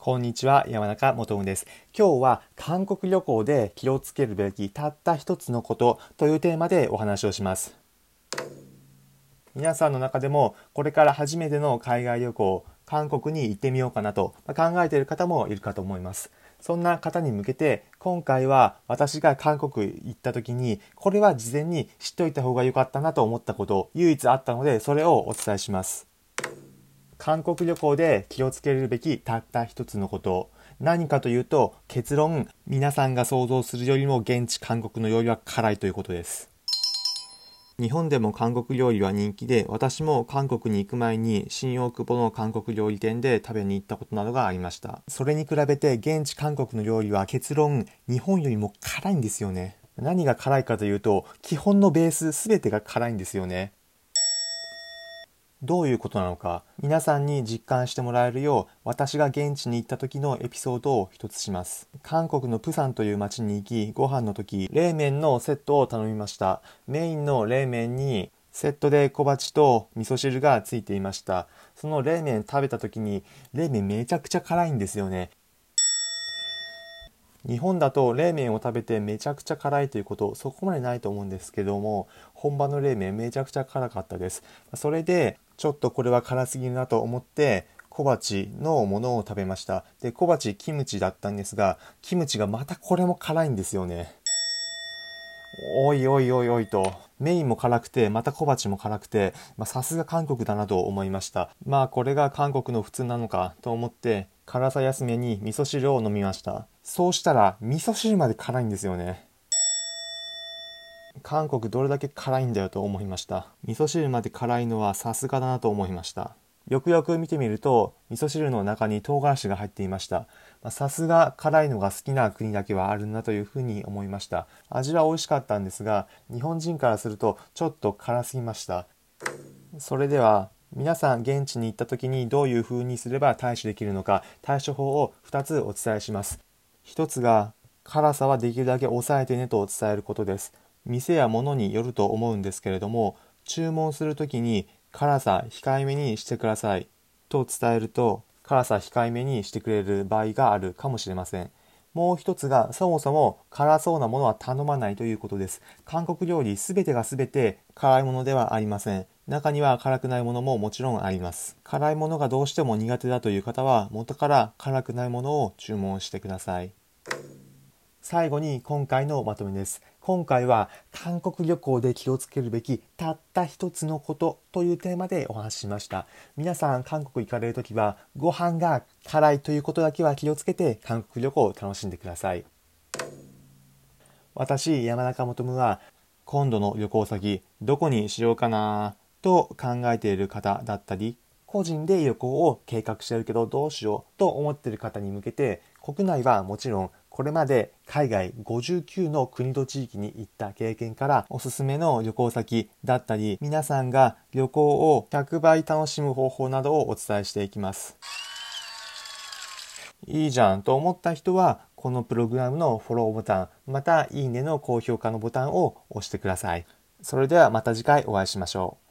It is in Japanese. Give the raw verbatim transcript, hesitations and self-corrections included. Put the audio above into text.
こんにちは、山中もとむです。今日は韓国旅行で気をつけるべきたった一つのことというテーマでお話をします。皆さんの中でもこれから初めての海外旅行、韓国に行ってみようかなと考えている方もいるかと思います。そんな方に向けて今回は私が韓国行った時にこれは事前に知っておいた方が良かったなと思ったこと唯一あったのでそれをお伝えします。韓国旅行で気をつけるべきたった一つのこと。何かというと、結論、皆さんが想像するよりも現地韓国の料理は辛いということです。日本でも韓国料理は人気で、私も韓国に行く前に新大久保の韓国料理店で食べに行ったことなどがありました。それに比べて現地韓国の料理は結論、日本よりも辛いんですよね。何が辛いかというと、基本のベースすべてが辛いんですよね。どういうことなのか、皆さんに実感してもらえるよう、私が現地に行った時のエピソードを一つします。韓国のプサンという町に行き、ご飯の時、冷麺のセットを頼みました。メインの冷麺に、セットで小鉢と味噌汁がついていました。その冷麺食べた時に、冷麺めちゃくちゃ辛いんですよね。日本だと冷麺を食べてめちゃくちゃ辛いということそこまでないと思うんですけども、本場の冷麺めちゃくちゃ辛かったです。それでちょっとこれは辛すぎるなと思って小鉢のものを食べました。で小鉢キムチだったんですが、キムチがまたこれも辛いんですよね。おいおいおいおいと、メインも辛くてまた小鉢も辛くて、さすが韓国だなと思いました。まあこれが韓国の普通なのかと思って辛さ休めに味噌汁を飲みました。そうしたら味噌汁まで辛いんですよね。韓国どれだけ辛いんだよと思いました。味噌汁まで辛いのはさすがだなと思いました。よくよく見てみると味噌汁の中に唐辛子が入っていました。さすが辛いのが好きな国だけはあるんだというふうに思いました。味は美味しかったんですが、日本人からするとちょっと辛すぎました。それでは皆さん現地に行った時にどういうふうにすれば対処できるのか、対処法をふたつお伝えします。ひとつが辛さはできるだけ抑えてねと伝えることです。店や物によると思うんですけれども、注文するときに辛さ控えめにしてくださいと伝えると、辛さ控えめにしてくれる場合があるかもしれません。もう一つが、そもそも辛そうなものは頼まないということです。韓国料理すべてがすべて辛いものではありません。中には辛くないものももちろんあります。辛いものがどうしても苦手だという方は、元から辛くないものを注文してください。最後に今回のまとめです。今回は韓国旅行で気をつけるべきたった一つのことというテーマでお話ししました。皆さん韓国行かれるときはご飯が辛いということだけは気をつけて韓国旅行を楽しんでください。私、山中もとむは今度の旅行先どこにしようかなと考えている方だったり、個人で旅行を計画しているけどどうしようと思っている方に向けて、国内はもちろんこれまで海外ごじゅうきゅうの国と地域に行った経験からおすすめの旅行先だったり、皆さんが旅行をひゃくばい楽しむ方法などをお伝えしていきます。いいじゃんと思った人はこのプログラムのフォローボタン、またいいねの高評価のボタンを押してください。それではまた次回お会いしましょう。